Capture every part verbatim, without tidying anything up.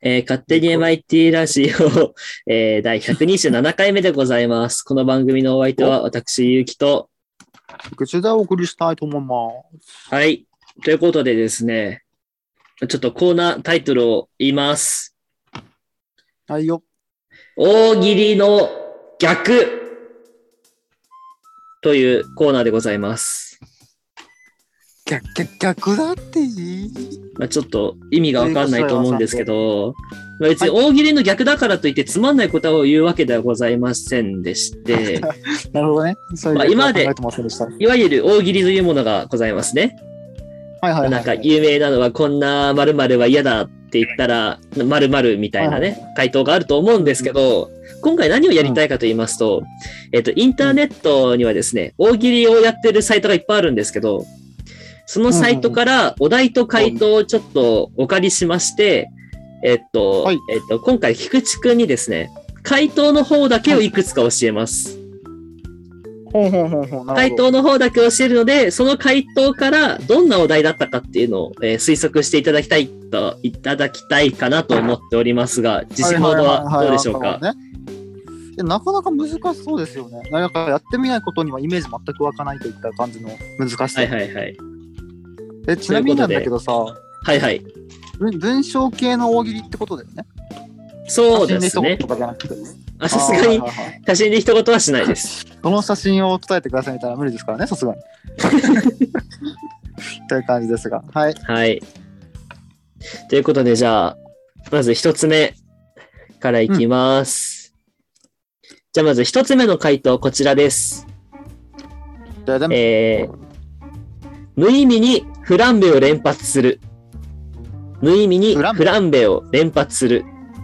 えー、勝手に エムアイティー ラジオ、えー、だいひゃくにじゅうななかいめでございます。この番組のお相手は私、ゆうきと、 口でお送りしたいと思います。 はい。ということでですね、ちょっとコーナータイトルを言います。 はいよ。 大喜利の逆というコーナーでございます。 逆、逆、逆だっていい？ まあ、ちょっと意味がわかんないと思うんですけど、まあ、別に大喜利の逆だからといってつまんないことを言うわけではございませんでして、 なるほどね。そういうまあ、今までいわゆる大喜利というものがございますね。 はいはいはい、はい。 なんか有名なのはこんな〇〇は嫌だって言ったら〇〇みたいなね、はいはい、回答があると思うんですけど、今回何をやりたいかと言いますと、うん、えっと、インターネットにはですね、大喜利をやってるサイトがいっぱいあるんですけど、そのサイトからお題と回答をちょっとお借りしまして、えっと、はい、えっと、今回菊池くんにですね、回答の方だけをいくつか教えます。 ほうほうほうほう、 回答の方だけ教えるので、その回答からどんなお題だったかっていうのを、えー、推測していただきたいと、いただきたいかなと思っておりますが、自信のほどはどうでしょうか？ なかなか難しそうですよね。なんかやってみないことにはイメージ全く湧かないといった感じの難しさ。 はいはいはい。 え、ちなみになんだけどさ、 はいはい。 文章系の大喜利ってことだよね。 そうですね。あ、さすがに写真で一言はしないです。 この写真を伝えてくださいみたいな無理ですからね、さすがに。という感じですが。はい。 はい。ということで、じゃあ、まず一つ目からいきます。うん、じゃあ、まず一つ目の回答、こちらです。えー、無意味にフランベを連発する。無意味にフランベを連発する。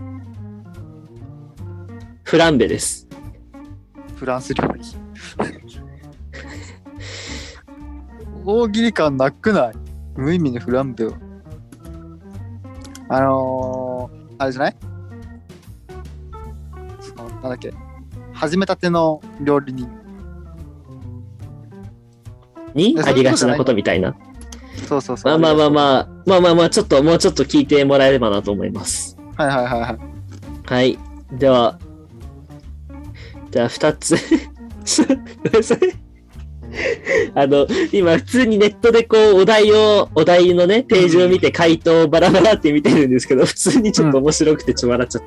フランベです。 フランス料理。大喜利感なくない？無意味にフランベを。あのー、あれじゃない？そのなんだっけ？始めたての料理人にありがちなことみたいな。 そうそうそう。 まあまあまあまあ、まあまあまあ、ちょっともうちょっと聞いてもらえればなと思います。 はいはいはいはい。 はい。では、じゃあ二つ。ごめんなさい。あの、今普通にネットでこうお題を、お題のね、ページを見て回答をバラバラって見てるんですけど、普通にちょっと面白くてちょっと笑っちゃった。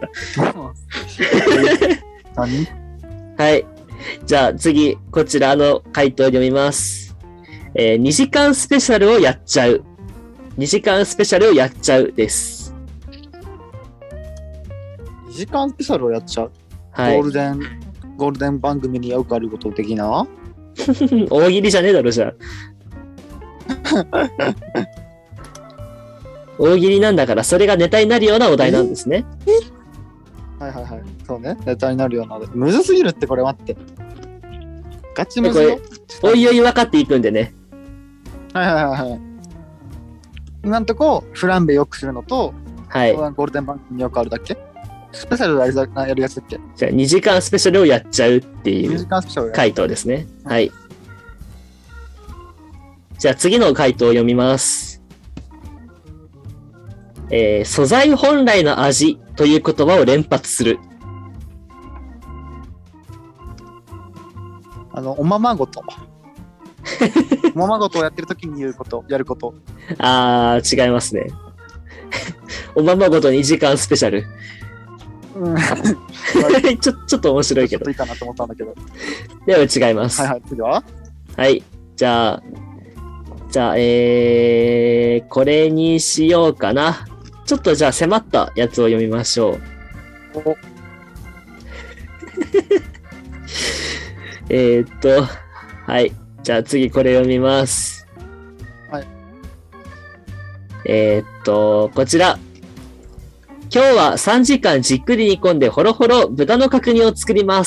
うん、 何？ はい。じゃあ次、こちらの回答を読みます。えー、にじかんスペシャルをやっちゃう。にじかんスペシャルをやっちゃうです。 にじかんスペシャルをやっちゃう。 はい。 ゴールデン、ゴールデン番組によくあること的な大喜利じゃねえだろ、じゃあ。大喜利なんだから、それがネタになるようなお題なんですね。 はいはいはい。そうね。ネタになるようなお題。むずすぎるって、これ待って。ガチむずよ。 おいおい分かっていくんでね。 はいはいはいはい。今んとこフランベよくするのと、 はい、 ゴールデン番組によくあるだっけ？スペシャルやるやつだっけ？ じゃあにじかんスペシャルをやっちゃうっていう回答ですね。はい。じゃあ次の回答を読みます。えー、素材本来の味という言葉を連発する。 あの、おままごと。おままごとをやってるときに言うこと、やること。 あー、違いますね。おままごとにじかんスペシャル。うん、ちょ、ちょっと面白いけど。 ちょっといいかなと思ったんだけど。 では違います。 はいはい、次は？ はい。じゃあ、じゃあ、えー、これにしようかな。ちょっとじゃあ迫ったやつを読みましょう。おえーっと、はい。じゃあ次これ読みます。 はい。 えーっと、こちら。今日はさんじかんじっくり煮込んでホロホロ豚の角煮を作ります。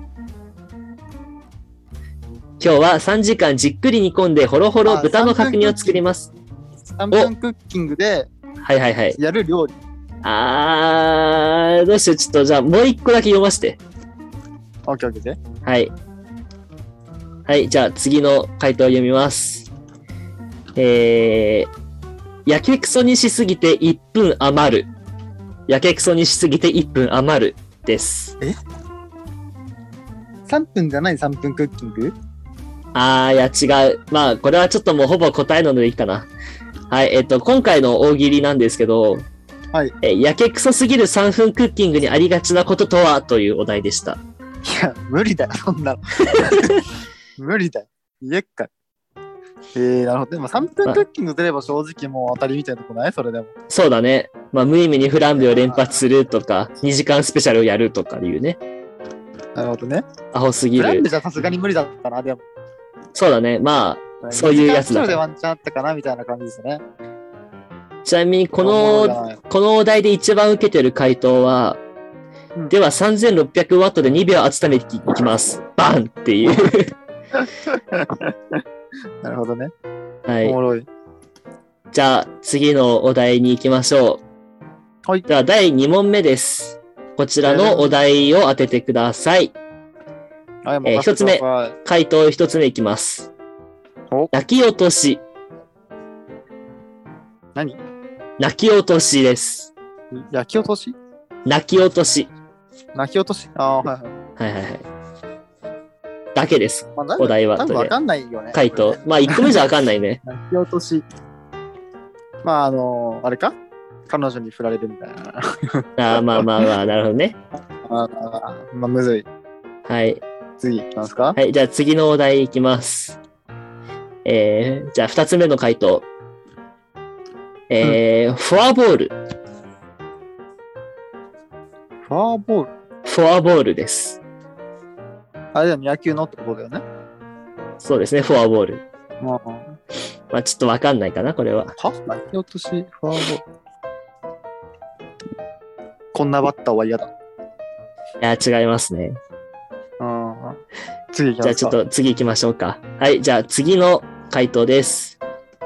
今日はさんじかんじっくり煮込んでホロホロ豚の角煮を作ります。 さんぷんクッキングではいはいはい。 やる料理。 あー、どうしよう。ちょっとじゃあもう一個だけ読ませて。 オッケーオッケーで。 はい。はい、じゃあ次の回答を読みます。えー、やけくそにしすぎていっぷん余る。 やけくそにしすぎていっぷん余るです。 え ?さん 分じゃない さん 分クッキング？ あー、いや違う。まあ、これはちょっともうほぼ答えなのでいいかな。はい、えっと、今回の大喜利なんですけど、 はい。 え、やけくそすぎるさんぷんクッキングにありがちなこととはというお題でした。 いや、無理だよ、そんなの。無理だよ。家っかい。えー、なるほど。でもさんぷんクッキング出れば正直もう当たりみたいなとこないそれでも。 そうだね。まあ、無意味にフランベを連発するとか、にじかんスペシャルをやるとかいうね。 なるほどね。 アホすぎる。 フランベじゃさすがに無理だったな、でも。 そうだね。まあ、そういうやつだ。 にじかんスペシャルでワンチャンあったかなみたいな感じですね。 ちなみに、この、このお題で一番受けてる回答は、うん、では さんぜんろっぴゃくワット でにびょう温めていきます。バンっていう。 なるほどね。 はい。 おもろい。 じゃあ、次のお題に行きましょう。 はい。 では、だいに問目です。こちらのお題を当ててください。 はい、 えー、一つ目。回答一つ目いきます。泣き落とし。 何？ 泣き落としです。 焼き落とし？ 泣き落とし。 泣き落とし？ああ、はいはい。 はいはいはい。だけです。 まあ、 お題は。 多分わかんないよね。 回答。まあ、いっこめじゃわかんないね。 泣き落とし。まあ、あのー、あれか彼女に振られるみたいな。 ああ、まあまあまあ、なるほどね。 ああ、まあ、むずい。 はい。 次、いきますか？ はい、じゃあ次のお題いきます。えー、じゃあ二つ目の回答。えー、うん、フォアボール。 フォアボールフォアボールです。 あれだよね、野球のってことだよね。 そうですね、フォアボール。 まあ、 まあ、ちょっとわかんないかな、これは。 は泣き落とし、フォアボール。こんなバッターは嫌だ。 いや、違いますね。 うん。次行きますか。 じゃあちょっと次行きましょうか。はい、じゃあ次の回答です。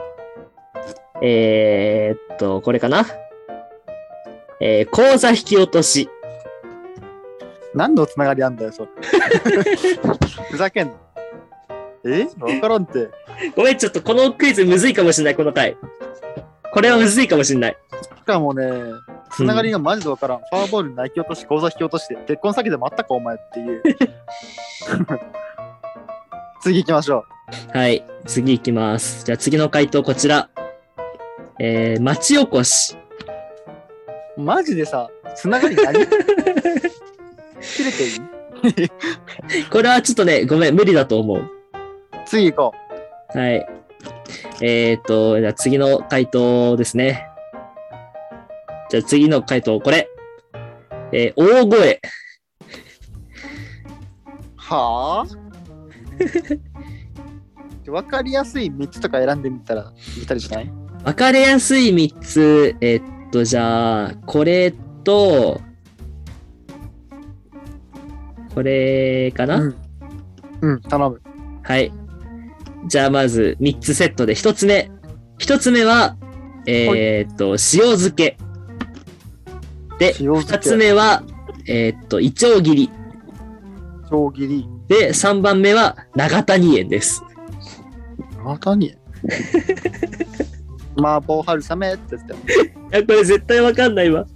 えー、っと、これかな。えー、口座引き落とし。 何のつながりあんだよ、それ。ふざけんな。えわからんって。 ごめん、ちょっとこのクイズむずいかもしれない、この回。これはむずいかもしれない。 しかもね、つながりがマジでわからん。うん、フォアボール泣き落とし、口座引き落として、結婚先でもあったか、お前っていう。次行きましょう。はい、次行きます。じゃあ次の回答こちら。えー、町おこし。 マジでさ、つながり何切れていいこれはちょっとね、ごめん、無理だと思う。 次行こう。はい。えー、っと、じゃあ次の回答ですね。じゃあ次の回答、これ。えー、大声。 はぁわかりやすいみっつとか選んでみたら、いたりしない？ わかりやすいみっつ、えー、っと、じゃあ、これと、これかな？ うん、うん、頼む。 はい。じゃあまずみっつセットで、ひとつめ。ひとつめは、えー、っと、塩漬け。で、ふたつめは、えー、っと、いちょう切り。 いちょう切り。 で、さんばんめは、長谷園です。 長谷園麻婆春雨って言ってたよ。 いや、これ絶対わかんないわ。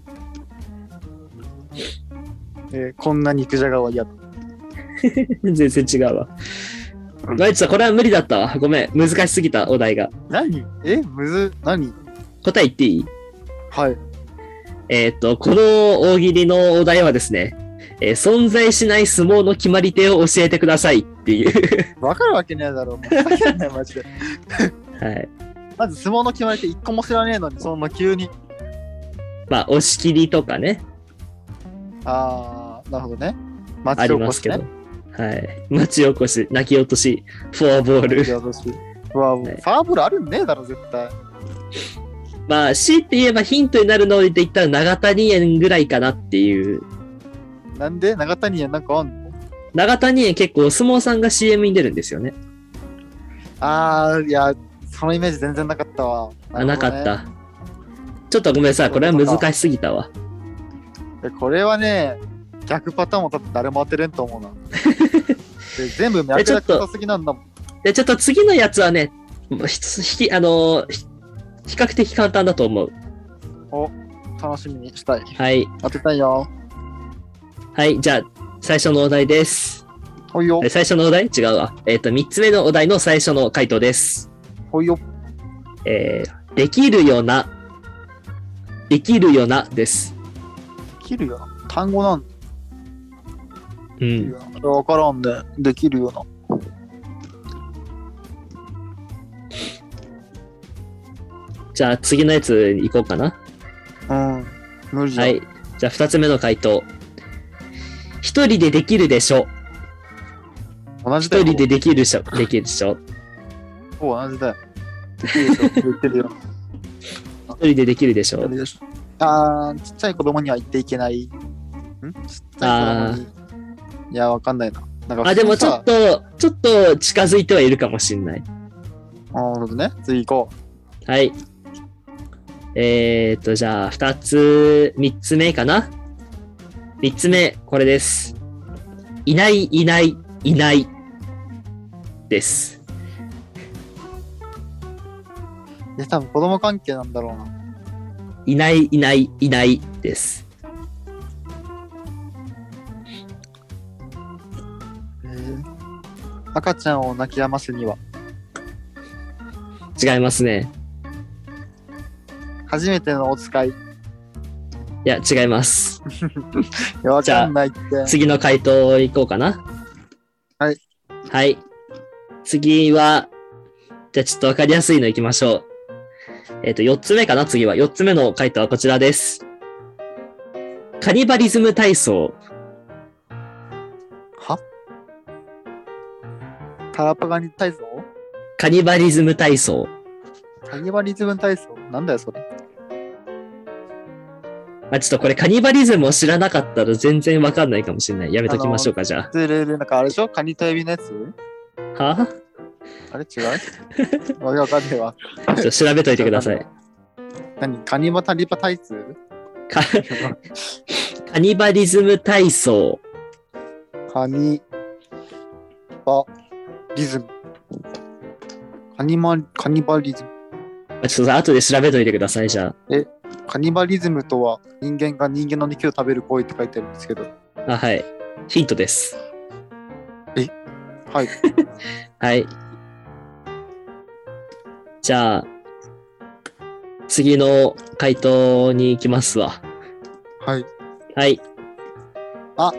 えー、こんな肉じゃがは嫌だ。 全然違うわ。マイチさん、これは無理だったわ。ごめん。難しすぎた、お題が。 何？えむず、何？ 答え言っていい？ はい。 えっと、この大喜利のお題はですね、えー、存在しない相撲の決まり手を教えてくださいっていう。 わかるわけねえだろ。もうふざけんなよ、マジで。 はい。 まず相撲の決まり手一個も知らねえのに、そんな急に。 まあ、押し切りとかね。 あー、なるほどね。 町おこし、ね、ありますけど。はい。町おこし、泣き落とし、フォアボール。 泣き落とし。フォアボール、はい、フォアボールあるんねえだろ、絶対。 まあ、強いて言えばヒントになるので言ったら長谷園ぐらいかなっていう。 なんで長谷園なんかあんの？ 長谷園結構お相撲さんが シーエム に出るんですよね。 あー、いや、そのイメージ全然なかったわ。な、ね、 あ、なかった。ちょっとごめんなさい、これは難しすぎたわ。 これはね、逆パターンも多分誰も当てれんと思うな。で全部脈絡硬すぎなんだもん。 で、ちょっと次のやつはね、ひひあのー、比較的簡単だと思う。 お、 楽しみにしたい。 はい。 当てたいよ。 はい、じゃあ、最初のお題です。 ほいよ。 最初のお題違うわ。えっ、ー、と、みっつめのお題の最初の回答です。 ほいよ。 えー、できるよな。できるよなです。 できるよな。単語なんだ。 うん。 わからんで、できるよな。 じゃあ次のやつ行こうかな。 うん。無理じゃん。 はい。じゃあ二つ目の回答。一人でできるでしょ。 同じだよ。 一人でできるでしょ。できるでしょ。 お同じだよ。できるでしょ。言ってるよ。 一人でできるでしょ。 あー、ちっちゃい子供には言っていけない。んちっちゃい子供に。いや、わかんないな。なんかあ、でもちょっと、ちょっと近づいてはいるかもしんない。 なるほどね。次行こう。はい。えーと、じゃあ、二つ、三つ目かな。三つ目、これです。いない、いない、いない。です。 いや、多分子供関係なんだろうな。 いない、いない、いないです。 えー、赤ちゃんを泣き止ますには。 違いますね。 初めてのお使い。いや、違います。 いや、わかんないって。 次の回答いこうかな。 はい。 はい。次は、じゃあちょっとわかりやすいのいきましょう。えっと、四つ目かな、次は。四つ目の回答はこちらです。カニバリズム体操。 はタラパガニ体操カニバリズム体操。 カニバリズム体操なんだよ、それ。 あ、ちょっとこれカニバリズムを知らなかったら全然わかんないかもしれない。やめときましょうか、じゃあ。 ずるる、なんかあれでしょカニとエビのやつはぁあれ違うわかんねえわ。 ちょっと調べといてください。 何カニバタリバ体操カカニバリズム体操。 カニバリズム。カニマカニバリズム。 ちょっと後で調べといてください、じゃあ。 え、カニバリズムとは人間が人間の肉を食べる行為って書いてあるんですけど。 あ、はい。ヒントです。 えはい。 はい。じゃあ、次の回答に行きますわ。 はい。 はい。 あ、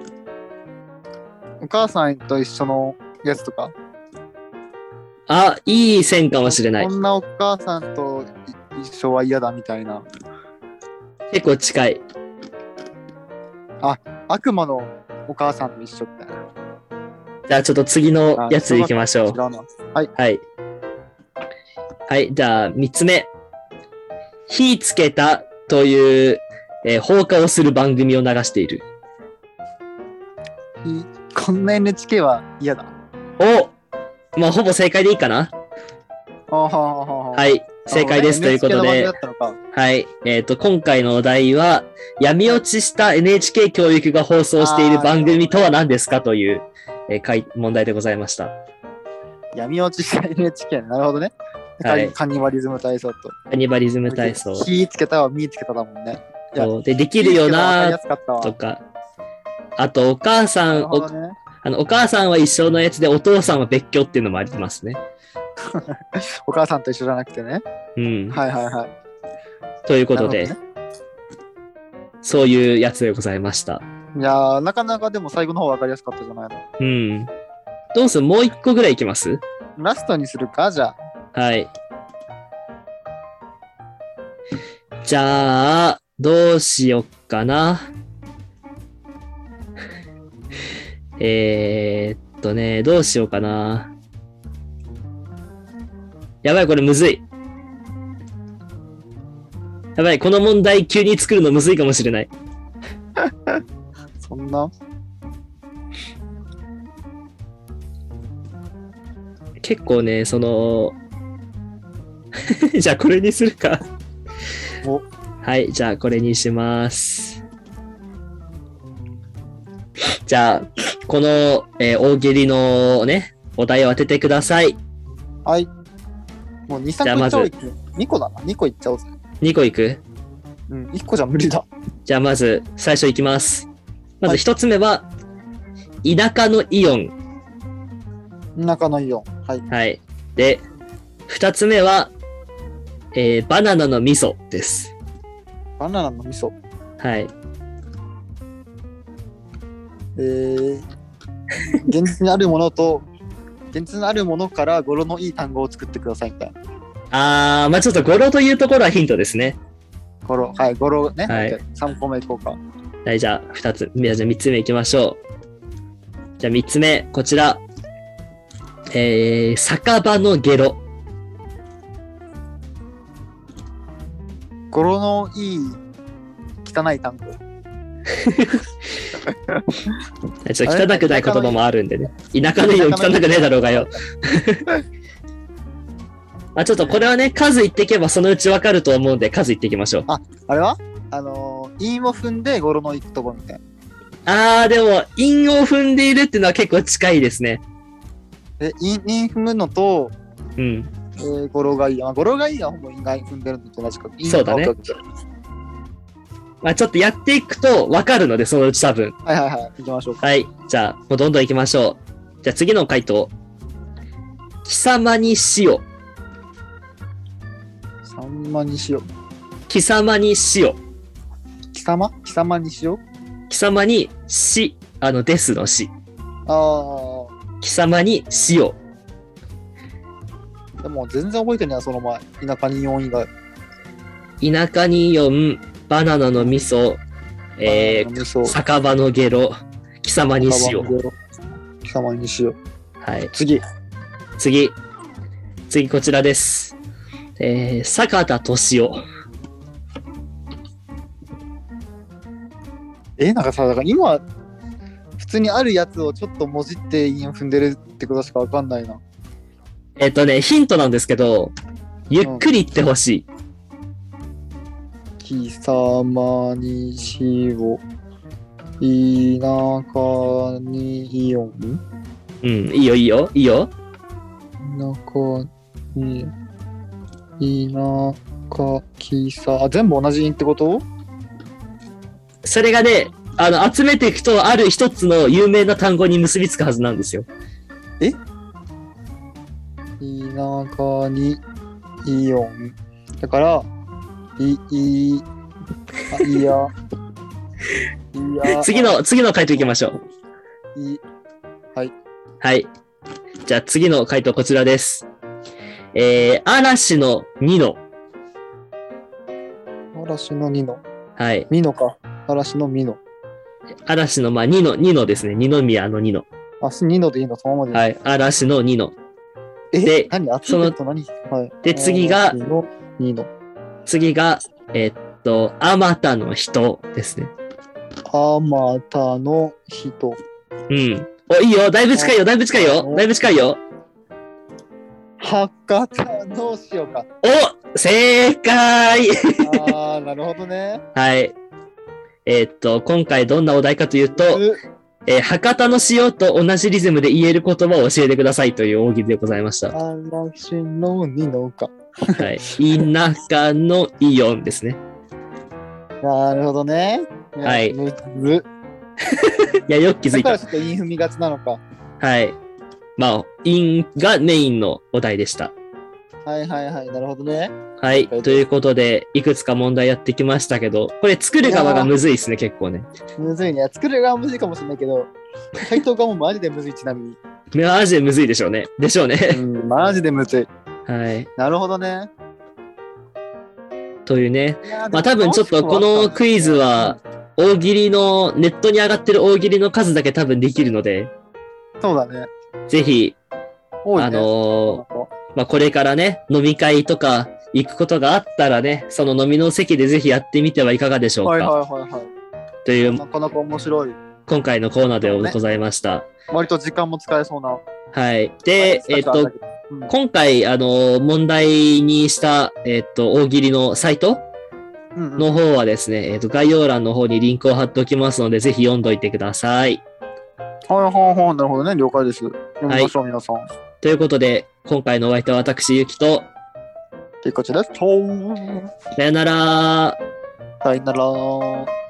お母さんと一緒のやつとか。 あ、いい線かもしれない。 こんなお母さんと一緒は嫌だみたいな。 結構近い。 あ、悪魔のお母さんと一緒って。 じゃあちょっと次のやつ行きましょう。 はい。 はい。はい。じゃあ三つ目。火つけたという、えー、放火をする番組を流している。 こんな エヌエイチケー は嫌だ。 おまあ、ほぼ正解でいいかな。はい。正解です。ということで。はい。えっと、今回のお題は、闇落ちした エヌエイチケー 教育が放送している番組とは何ですかという、えー、問題でございました。 闇落ちした エヌエイチケー、なるほどね。はい、カニバリズム体操と。 カニバリズム体操。 火つけたは身つけただもんね。 そうで、できるよなとか。あと、お母さん、おあのお母さんは一緒のやつで、お父さんは別居っていうのもありますね。 お母さんと一緒じゃなくてね。 うん。 はいはいはい。 ということで、ね、そういうやつでございました。 いやー、なかなかでも最後の方分かりやすかったじゃないの。 うん。どうする？もう一個ぐらいいきます？ ラストにするかじゃあ。 はい。じゃあ、どうしよっかな。えーっとね、どうしようかな。やばい、これむずい。やばい、この問題急に作るのむずいかもしれない。 そんな結構ね、その、じゃあこれにするか。 おはい、じゃあこれにします。じゃあ、この、えー、大喜利のね、お題を当ててください。 はい。もうに、さんこいっちゃおう。にこだな。にこいっちゃおうぜ。 にこいく？ うん、いっこじゃ無理だ。 じゃあまず最初いきます。まずひとつめは、田舎のイオン。 田舎のイオン。はい。 はい。で、ふたつめは、えー、バナナの味噌です。 バナナの味噌。 はい。 えー、現実にあるものと、現実にあるものから語呂のいい単語を作ってくださいみたいな。 あー、まあちょっと語呂というところはヒントですね。 語呂、はい、語呂ね。 はい。 さんこめいこうか。 はい、じゃあふたつ、じゃあみっつめいきましょう。じゃあみっつめ、こちら。えー、酒場のゲロ。 語呂のいい汚い単語。 ちょっと汚くない言葉もあるんでね。田舎のイオン汚くねえだろうがよ。あ、ちょっとこれはね、数言っていけばそのうちわかると思うんで、数言っていきましょう。 あ、あれはあのー、韻を踏んで語呂のいい言葉みたいな。 あー、でも、韻を踏んでいるっていうのは結構近いですね。 え、韻、韻踏むのと、 うん。 えー、語呂がいい。まあ、語呂がいいはほぼ韻が踏んでるのと同じか。 そうだね。まあちょっとやっていくとわかるので、そのうち多分。 はいはいはい。行きましょうか。 はい。じゃあ、もうどんどん行きましょう。じゃあ次の回答。貴様に塩。 さんまにしよう。 貴様に塩。 貴様貴様にしよう。 貴様にし、あの、ですのし。 ああ。 貴様に塩。 でも全然覚えてないな、その前。田舎にイオン以外。 田舎にイオン、バナナの味噌、えー、酒場のゲロ、貴様に塩。 貴様に塩。 はい。 次。 次。次こちらです。えー、坂田敏夫。 え、なんかさ、だから今、普通にあるやつをちょっともじって韻踏んでるってことしかわかんないな。 えっとね、ヒントなんですけど、ゆっくり言ってほしい。 貴様に塩。田舎にイオン。 うん、いいよいいよ、いいよ。 田舎に、田舎、貴さ、あ、全部同じ韻ってこと？ それがね、あの、集めていくと、ある一つの有名な単語に結びつくはずなんですよ。 え？田舎にイオン。だから、い、い、あ、いや、いや。 次の、次の回答いきましょう。い、はい。 はい。じゃあ次の回答こちらです。えー、嵐のニノ。 嵐のニノ。 はい。 ミノか。嵐のミノ。 嵐の、まあ、ニノ、ニノですね。二宮のニノ。 あ、ニノでいいの、そのままで。 はい。嵐のニノ。 え、 で、 何その、 何はい、 で、次が、 ニノ。 次が、えー、っと、あまたの人ですね。 あまたの人。 うん。お、いいよ。だいぶ近いよ。だいぶ近いよ。だいぶ近いよ。 博多の塩か。 お、正解ああ、なるほどね。 はい。えー、っと、今回どんなお題かというと、えー、博多の塩と同じリズムで言える言葉を教えてくださいという大喜利でございました。 嵐のニノか。 はい。田舎のイオンですね。 なるほどね。 はい。 むずいや、よく気づいた。 だからちょっと韻踏みがちなのか。 はい。まあ、韻がメインのお題でした。 はいはいはい。なるほどね。 はい。ということで、いくつか問題やってきましたけど、これ作る側がむずいですね、結構ね。 むずいね。作る側むずいかもしれないけど、回答側もマジでむずい、ちなみに。 マジでむずいでしょうね。でしょうね。 うん、マジでむずい。 はい。 なるほどね。 というね。まあ多分ちょっとこのクイズは、大喜利の、ネットに上がってる大喜利の数だけ多分できるので、 そうだね。 ぜひ、 多いね、 あのー、まあこれからね、飲み会とか行くことがあったらね、その飲みの席でぜひやってみてはいかがでしょうか。 はいはいはいはい。 という、 なかなか面白い。 今回のコーナーでございました。ね、 割と時間も使えそうな。 はい。で、えっと、うん、今回、あの、問題にした、えっと、大喜利のサイトの方はですね、うんうん、えっと、概要欄の方にリンクを貼っておきますので、ぜひ読んどいてください。 はいはいはい、なるほどね、了解です。読みましょう、はい、皆さん。 ということで、今回のお相手は私、ゆきと、 てこちです。 さよなら。 さよなら。